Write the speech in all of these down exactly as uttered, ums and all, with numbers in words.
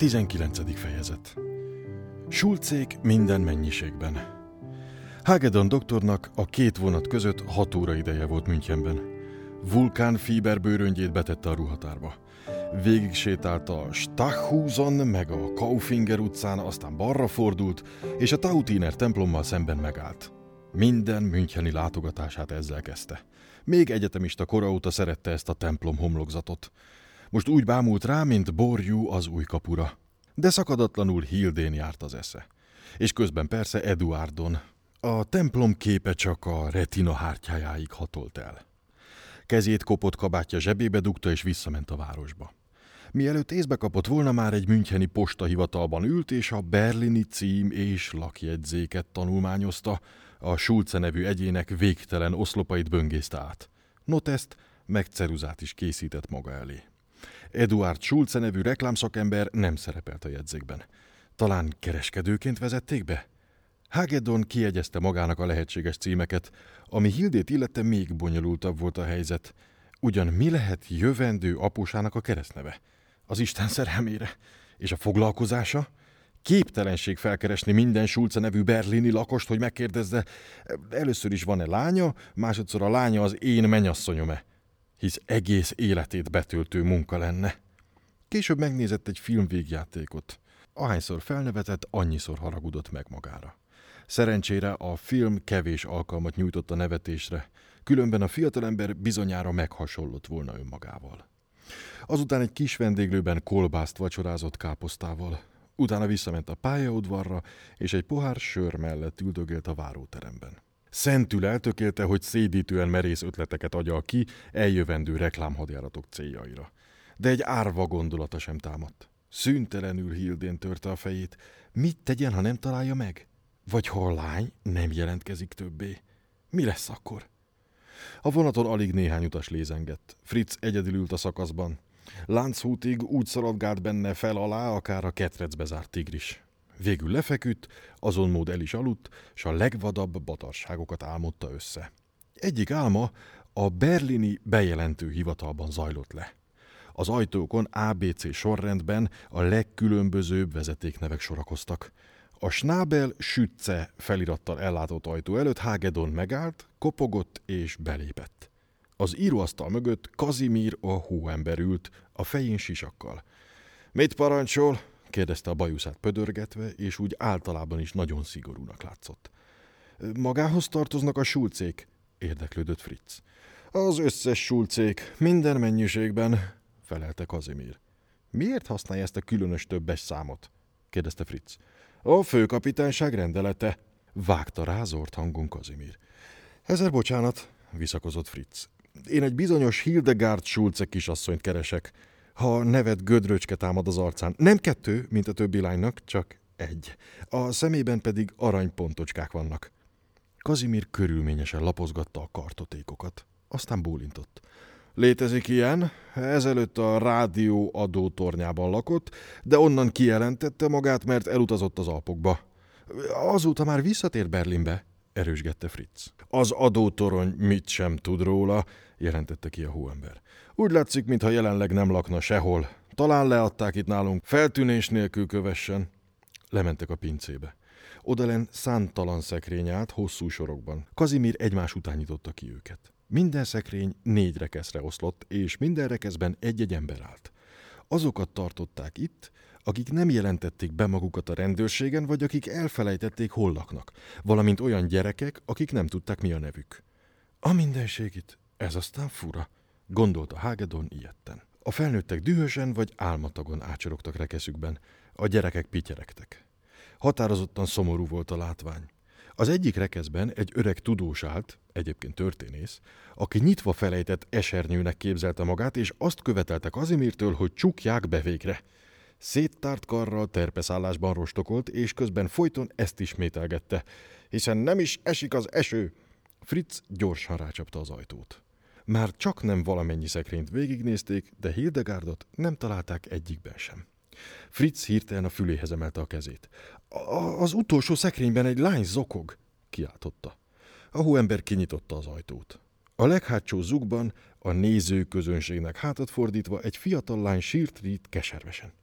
tizenkilencedik fejezet. Schulzék minden mennyiségben. Hagedorn doktornak a két vonat között hat óra ideje volt Münchenben. Vulkán Fieber bőröngyét betette a ruhatárba. Végig sétált a Stachhuson meg a Kaufinger utcán, aztán balra fordult, és a Tautiner templommal szemben megállt. Minden müncheni látogatását ezzel kezdte. Még egyetemista kora óta szerette ezt a templom homlokzatot. Most úgy bámult rá, mint borjú az új kapura. De szakadatlanul Hildén járt az esze. És közben persze Eduardon. A templom képe csak a retina hártyájáig hatolt el. Kezét kopott kabátja zsebébe dugta, és visszament a városba. Mielőtt észbe kapott volna, már egy müncheni postahivatalban ült, és a berlini cím és lakjegyzéket tanulmányozta, a Schulze nevű egyének végtelen oszlopait böngészte át. Noteszt, meg ceruzát is készített maga elé. Eduard Schulze nevű reklámszakember nem szerepelt a jegyzékben. Talán kereskedőként vezették be? Hagedorn kiegyezte magának a lehetséges címeket, ami Hildét illette még bonyolultabb volt a helyzet. Ugyan mi lehet jövendő apusának a keresztneve? Az Isten szerelmére? És a foglalkozása? Képtelenség felkeresni minden Schulze nevű berlini lakost, hogy megkérdezze, először is van-e lánya, másodszor a lánya az én mennyasszonyom-e? Hisz egész életét betöltő munka lenne. Később megnézett egy filmvégjátékot. Ahányszor felnevetett, annyiszor haragudott meg magára. Szerencsére a film kevés alkalmat nyújtott a nevetésre, különben a fiatalember bizonyára meghasonlott volna önmagával. Azután egy kis vendéglőben kolbászt vacsorázott káposztával, utána visszament a pályaudvarra, és egy pohár sör mellett üldögélt a váróteremben. Szentül eltökélte, hogy szédítően merész ötleteket agyal ki eljövendő reklámhadjáratok céljaira. De egy árva gondolata sem támadt. Szüntelenül Hildén törte a fejét. Mit tegyen, ha nem találja meg? Vagy ha a lány nem jelentkezik többé? Mi lesz akkor? A vonaton alig néhány utas lézengett. Fritz egyedül ült a szakaszban. Landshoutig úgy szaladgált benne fel-alá, akár a ketrecbe zárt tigris. Végül lefeküdt, azon mód el is aludt, s a legvadabb batarságokat álmodta össze. Egyik álma a berlini bejelentő hivatalban zajlott le. Az ajtókon á bé cé sorrendben a legkülönbözőbb vezetéknevek sorakoztak. A Schnabel Schütze felirattal ellátott ajtó előtt Hagedorn megállt, kopogott és belépett. Az íróasztal mögött Kazimír a hóember ült, a fején sisakkal. Mit parancsol? Kérdezte a bajuszát pödörgetve, és úgy általában is nagyon szigorúnak látszott. Magához tartoznak a Schulzék? Érdeklődött Fritz. Az összes Schulzék, minden mennyiségben, felelte Kazimír. Miért használja ezt a különös többes számot? Kérdezte Fritz. A főkapitányság rendelete, vágta rázort hangon Kazimír. Ezer bocsánat, visszakozott Fritz. Én egy bizonyos Hildegard Schulze kisasszonyt keresek. Ha a nevet gödröcske támad az arcán. Nem kettő, mint a többi lánynak, csak egy. A szemében pedig aranypontocskák vannak. Kazimír körülményesen lapozgatta a kartotékokat. Aztán bólintott. Létezik ilyen, ezelőtt a rádió adótornyában lakott, de onnan kijelentette magát, mert elutazott az Alpokba. Azóta már visszatért Berlinbe, erősgette Fritz. Az adótorony mit sem tud róla, jelentette ki a hóember. Úgy látszik, mintha jelenleg nem lakna sehol. Talán leadták itt nálunk, feltűnés nélkül kövessen. Lementek a pincébe. Odalen számtalan szekrény állt hosszú sorokban. Kazimír egymás után nyitotta ki őket. Minden szekrény négy rekeszre oszlott, és minden rekeszben egy-egy ember állt. Azokat tartották itt, akik nem jelentették be magukat a rendőrségen, vagy akik elfelejtették, hol laknak, valamint olyan gyerekek, akik nem tudták, mi a nevük. A mindenségit, ez aztán fura, gondolta Hagedorn ijedten. A felnőttek dühösen vagy álmatagon ácsorogtak rekeszükben, a gyerekek pityeregtek. Határozottan szomorú volt a látvány. Az egyik rekeszben egy öreg tudós állt, egyébként történész, aki nyitva felejtett esernyőnek képzelte magát, és azt követelte Kazimírtől, hogy csukják be végre. Széttárt karral terpeszállásban rostokolt, és közben folyton ezt ismételgette, hiszen nem is esik az eső. Fritz gyorsan rácsapta az ajtót. Már csak nem valamennyi szekrényt végignézték, de Hildegardot nem találták egyikben sem. Fritz hirtelen a füléhez emelte a kezét. A- az utolsó szekrényben egy lány zokog, kiáltotta. A hóember kinyitotta az ajtót. A leghátsó zugban, a nézőközönségnek hátat fordítva, egy fiatal lány sírt rít keservesen.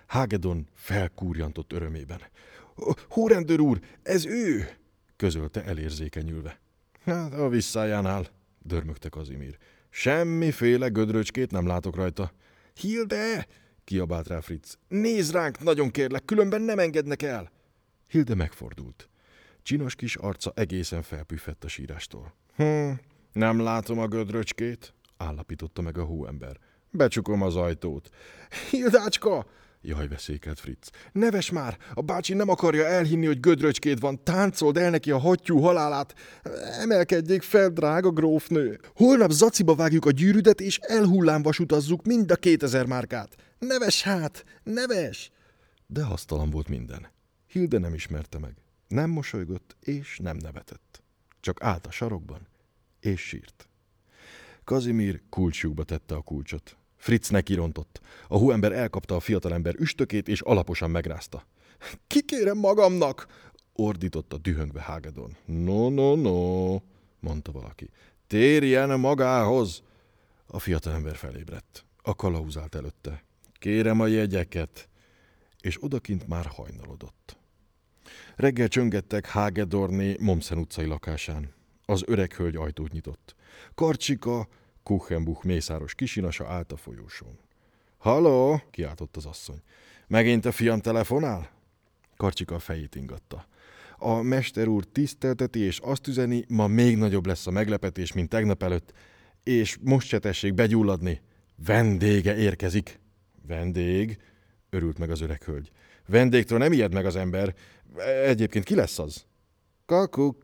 Hagedorn felkúrjantott örömében. Hódrendőr úr, ez ő! Közölte elérzékenyülve. Hát a visszájánál, dörmögte Kazimír. Semmiféle gödröcskét nem látok rajta. Hilde! Kiabált rá Fritz. Nézd ránk, nagyon kérlek, különben nem engednek el! Hilde megfordult. Csinos kis arca egészen felpüffett a sírástól. Hm, nem látom a gödröcskét, állapította meg a hóember. Becsukom az ajtót. Hildácska! Jaj, veszékelt Fritz. Neves már! A bácsi nem akarja elhinni, hogy gödröcskét van. Táncold el neki a hattyú halálát. Emelkedjék fel, drága grófnő. Holnap zaciba vágjuk a gyűrűdet, és elhullámvasutazzuk mind a kétezer márkát. Neves hát! Neves! De hasztalan volt minden. Hilde nem ismerte meg. Nem mosolygott, és nem nevetett. Csak állt a sarokban, és sírt. Kazimír kulcsjukba tette a kulcsot. Fritz nekirontott. A hóember elkapta a fiatalember üstökét, és alaposan megrázta. Kikérem magamnak! Ordította dühöngve Hagedorn. No, no, no, mondta valaki. Térjen magához! A fiatalember felébredt. A kalauz állt előtte. Kérem a jegyeket! És odakint már hajnalodott. Reggel csöngettek Hagedorné Mommsen utcai lakásán. Az öreg hölgy ajtót nyitott. Karcsika, Kuchenbuch mészáros kisinasa állt a folyósón. Halló, kiáltott az asszony. Megint a fiam telefonál? Karcsika a fejét ingatta. A mester úr tisztelteti, és azt üzeni, ma még nagyobb lesz a meglepetés, mint tegnap előtt, és most se tessék begyulladni. Vendége érkezik. Vendég? Örült meg az öreg hölgy. Vendégtől nem ijed meg az ember. Egyébként ki lesz az? Kakuk,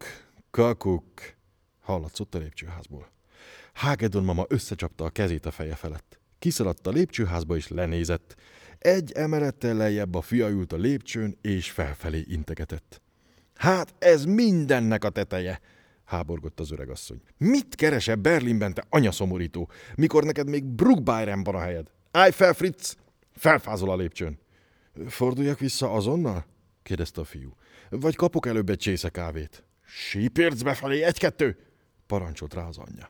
kakuk, hallatszott a lépcsőházból. Hagedorn mama összecsapta a kezét a feje felett. Kiszaladt a lépcsőházba és lenézett. Egy emelettel lejjebb a fia ült a lépcsőn és felfelé integetett. Hát ez mindennek a teteje, háborgott az öregasszony. Mit keresel Berlinben, te anyaszomorító, mikor neked még Bruckbayernban a helyed? Állj fel, Fritz! Felfázol a lépcsőn. Forduljak vissza azonnal? kérdezte a fiú. Vagy kapok előbb egy csésze kávét? Sípérc befelé, egy-kettő! Parancsolt rá az anyja.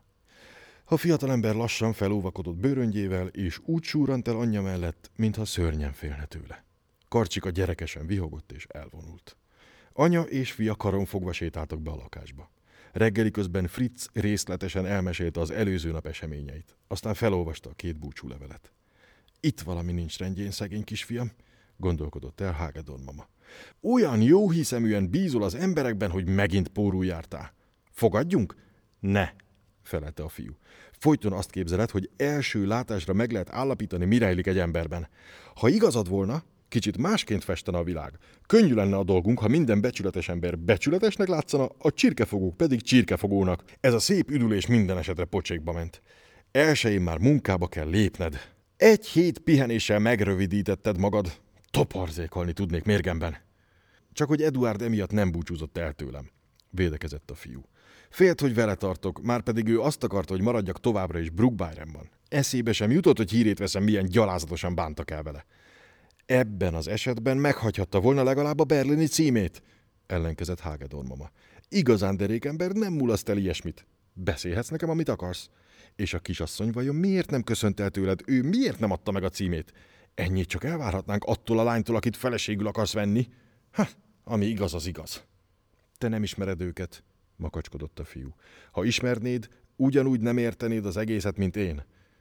A fiatalember lassan felóvakodott bőröngyével, és úgy súrant el anyja mellett, mintha szörnyen félne tőle. Karcsika gyerekesen vihogott és elvonult. Anya és fia karonfogva sétáltak be a lakásba. Reggeli közben Fritz részletesen elmesélte az előző nap eseményeit, aztán felolvasta a két búcsúlevelet. Itt valami nincs rendjén, szegény kisfiam, gondolkodott el Hagedorn mama. Olyan jó hiszeműen bízol az emberekben, hogy megint pórul jártál. Fogadjunk? Ne, felelte a fiú. Folyton azt képzeled, hogy első látásra meg lehet állapítani, mi rejlik egy emberben. Ha igazad volna, kicsit másként festene a világ. Könnyű lenne a dolgunk, ha minden becsületes ember becsületesnek látszana, a csirkefogók pedig csirkefogónak. Ez a szép üdülés minden esetre pocsékba ment. Elsején már munkába kell lépned. Egy hét pihenéssel megrövidítetted magad. Toparzékolni tudnék mérgemben. Csak hogy Eduard emiatt nem búcsúzott el tőlem, védekezett a fiú. Félt, hogy vele tartok, már pedig ő azt akarta, hogy maradjak továbbra is Bruckbayernban. Eszébe sem jutott, hogy hírét veszem, milyen gyalázatosan bántak el vele. Ebben az esetben meghagyhatta volna legalább a berlini címét, ellenkezett Hagedorn mama. Igazán derék ember nem mulaszt el ilyesmit. Beszélhetsz nekem, amit akarsz? És a kisasszony vajon miért nem köszönt el tőled? Ő miért nem adta meg a címét? Ennyit csak elvárhatnánk attól a lánytól, akit feleségül akarsz venni. Ha, ami igaz, az igaz. Te nem ismered őket, makacskodott a fiú. Ha ismernéd, ugyanúgy nem értenéd az egészet, mint én.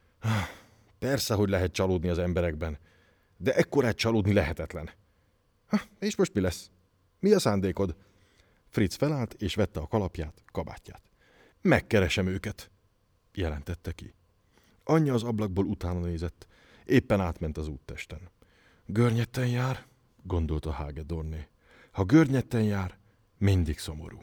Persze, hogy lehet csalódni az emberekben, de ekkorát csalódni lehetetlen. Ha, és most mi lesz? Mi a szándékod? Fritz felállt, és vette a kalapját, kabátját. Megkeresem őket, jelentette ki. Anyja az ablakból utána nézett. Éppen átment az úttesten. Görnyetten jár, gondolta Hagedorné. Ha görnyetten jár, mindig szomorú.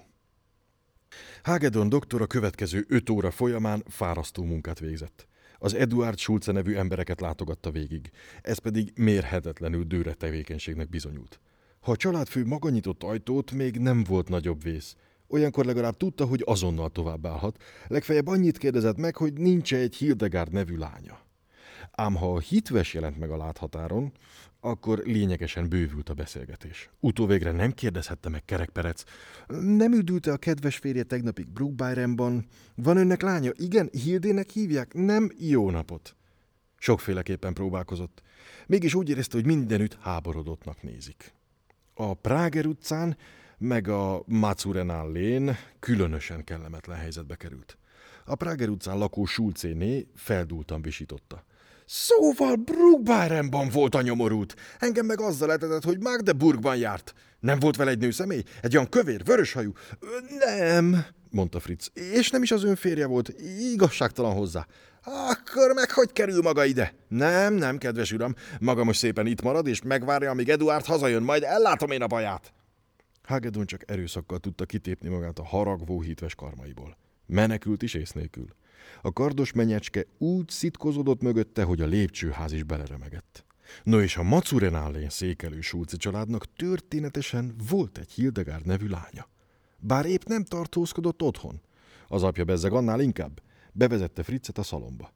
Hagedorn doktor a következő öt óra folyamán fárasztó munkát végzett. Az Eduard Schulze nevű embereket látogatta végig, ez pedig mérhetetlenül dőre tevékenységnek bizonyult. Ha a családfő maga nyitott ajtót, még nem volt nagyobb vész. Olyankor legalább tudta, hogy azonnal továbbállhat, legfeljebb annyit kérdezett meg, hogy nincs-e egy Hildegard nevű lánya. Ám ha a hitves jelent meg a láthatáron, akkor lényegesen bővült a beszélgetés. Utóvégre nem kérdezhette meg Kerekperec. Nem üdülte a kedves férje tegnapig Bruckbayernban? Van önnek lánya? Igen, Hildének hívják? Nem? Jó napot! Sokféleképpen próbálkozott. Mégis úgy érezte, hogy mindenütt háborodottnak nézik. A Prager utcán meg a Mazurenallén különösen kellemetlen helyzetbe került. A Prager utcán lakó Schulzéné feldúltan visította. Szóval Bruckbayernban volt a nyomorult. Engem meg azzal etetett, hogy Magdeburgban járt. Nem volt vele egy nőszemély? Egy olyan kövér, vöröshajú? Nem, mondta Fritz. És nem is az ön férje volt. Igazságtalan hozzá. Akkor meg hogy kerül maga ide? Nem, nem, kedves uram. Maga most szépen itt marad, és megvárja, amíg Eduard hazajön, majd ellátom én a baját. Hagedorn csak erőszakkal tudta kitépni magát a haragvó hítves karmaiból. Menekült is ész nélkül. A kardos menyecske úgy szitkozódott mögötte, hogy a lépcsőház is beleremegett. No és a Mazurenallén székelő Schulze családnak történetesen volt egy Hildegard nevű lánya. Bár épp nem tartózkodott otthon. Az apja bezzeg annál inkább. Bevezette Fritzet a szalomba.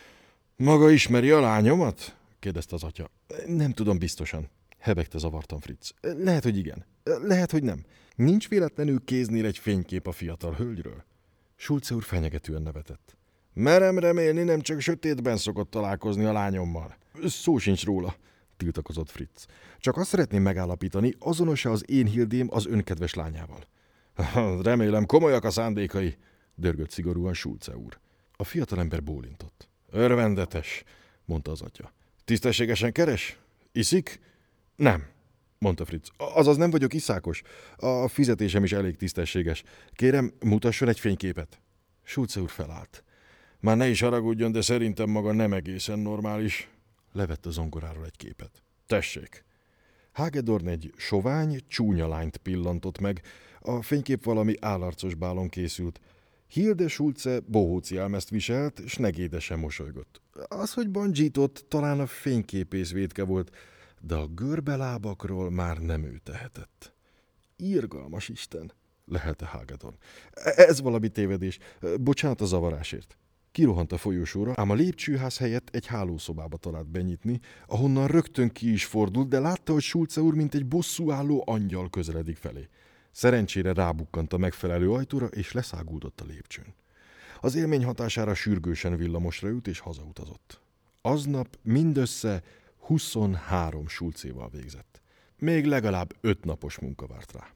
Maga ismeri a lányomat? Kérdezte az atya. Nem tudom biztosan, hebegte zavartan Fritz. Lehet, hogy igen. Lehet, hogy nem. Nincs véletlenül kéznél egy fénykép a fiatal hölgyről? Schulze úr fenyegetően nevetett. Merem remélni, nem csak sötétben szokott találkozni a lányommal. Szó sincs róla, tiltakozott Fritz. Csak azt szeretném megállapítani, azonos-e az én Hildém az önkedves lányával. Remélem, komolyak a szándékai, dörgött szigorúan Schulze úr. A fiatalember bólintott. Örvendetes, mondta az atya. Tisztességesen keres? Iszik? Nem, mondta Fritz. Azaz nem vagyok iszákos. A fizetésem is elég tisztességes. Kérem, mutasson egy fényképet. Schulze úr felállt. Már ne is haragudjon, de szerintem maga nem egészen normális. Levett a zongoráról egy képet. Tessék. Hagedorn egy sovány, csúnya lányt pillantott meg. A fénykép valami állarcos bálon készült. Hilde Schulze bohóci elmezt viselt, s negédesen mosolygott. Az, hogy bandzsított, talán a fényképész vétke volt, de a görbelábakról már nem ő tehetett. Irgalmas Isten, lehelte Hagedorn. Ez valami tévedés. Bocsánat a zavarásért. Kirohant a folyosóra, ám a lépcsőház helyett egy hálószobába talált benyitni, ahonnan rögtön ki is fordult, de látta, hogy Schulze úr mint egy bosszúálló angyal közeledik felé. Szerencsére rábukkant a megfelelő ajtóra, és leszáguldott a lépcsőn. Az élmény hatására sürgősen villamosra ült, és hazautazott. Aznap mindössze huszonhárom Schulzéval végzett. Még legalább öt napos munka várt rá.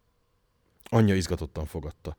Anyja izgatottan fogadta.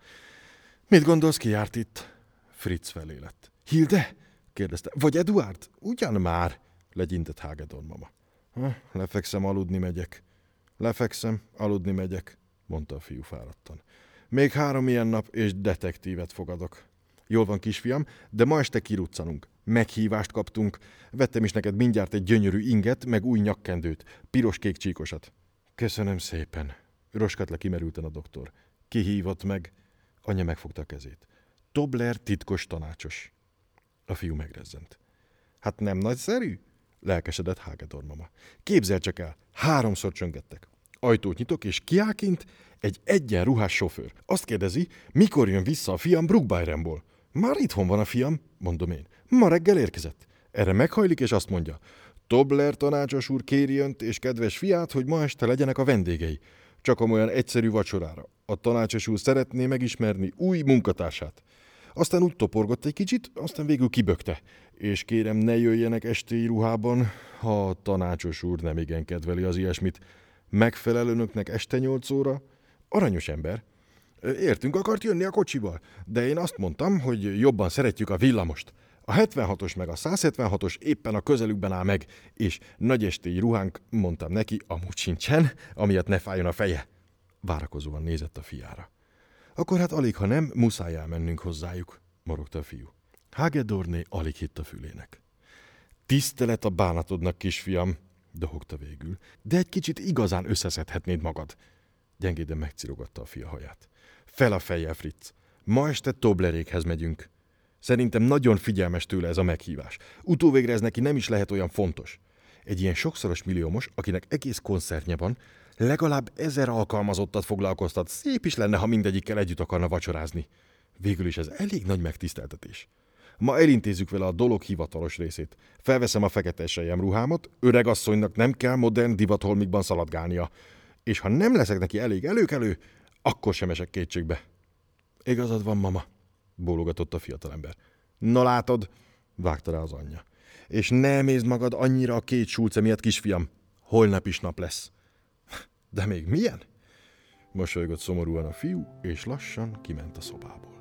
Mit gondolsz, ki járt itt? Fritz felé lett. Hilde? kérdezte. Vagy Eduard? Ugyan már, legyintett Hagedorn mama. Lefekszem, aludni megyek. Lefekszem, aludni megyek, mondta a fiú fáradtan. Még három ilyen nap, és detektívet fogadok. Jól van, kisfiam, de ma este kiruccanunk. Meghívást kaptunk. Vettem is neked mindjárt egy gyönyörű inget, meg új nyakkendőt, piros-kék csíkosat. Köszönöm szépen, roskat le kimerülten a doktor. Ki hívott meg? Anya megfogta a kezét. Tobler titkos tanácsos. A fiú megrezzent. Hát nem nagyszerű? Lelkesedett Hagedorn mama. Képzel csak el, háromszor csöngettek. Ajtót nyitok, és kiáll kint egy egyenruhás sofőr. Azt kérdezi, mikor jön vissza a fiam Bruckbayernból. Már itthon van a fiam, mondom én. Ma reggel érkezett. Erre meghajlik, és azt mondja. Tobler tanácsos úr kéri önt és kedves fiát, hogy ma este legyenek a vendégei. Csak olyan egyszerű vacsorára. A tanácsos úr szeretné megismerni új munkatársát. Aztán úgy toporgott egy kicsit, aztán végül kibökte. És kérem, ne jöjjenek estéi ruhában, ha a tanácsos úr nem igen kedveli az ilyesmit. Megfelel önöknek este nyolc óra? Aranyos ember. Értünk, akart jönni a kocsival, de én azt mondtam, hogy jobban szeretjük a villamost. A hetvenhatos meg a százhetvenhatos éppen a közelükben áll meg, és nagy estéi ruhánk, mondtam neki, amúgy sincsen, amiatt ne fájjon a feje. Várakozóan nézett a fiára. Akkor hát alig, ha nem, muszáj elmennünk hozzájuk, morogta a fiú. Hagedorné alig hitt a fülének. Tisztelet a bánatodnak, kisfiam, dohogta végül, de egy kicsit igazán összeszedhetnéd magad. Gyengéden megcirogatta a fia haját. Fel a fejjel, Fritz. Ma este Toblerékhez megyünk. Szerintem nagyon figyelmes tőle ez a meghívás. Utóvégre ez neki nem is lehet olyan fontos. Egy ilyen sokszoros milliómos, akinek egész koncertje van, legalább ezer alkalmazottat foglalkoztat. Szép is lenne, ha mindegyikkel együtt akarna vacsorázni. Végül is ez elég nagy megtiszteltetés. Ma elintézzük vele a dolog hivatalos részét. Felveszem a fekete selyem ruhámat, öregasszonynak nem kell modern divatholmikban szaladgálnia. És ha nem leszek neki elég előkelő, akkor sem esek kétségbe. Igazad van, mama, bólogatott a fiatalember. Na látod, vágta rá az anyja. És ne emészd magad annyira a két Schulze miatt, kisfiam. Holnap is nap lesz. De még milyen? Mosolygott szomorúan a fiú, és lassan kiment a szobából.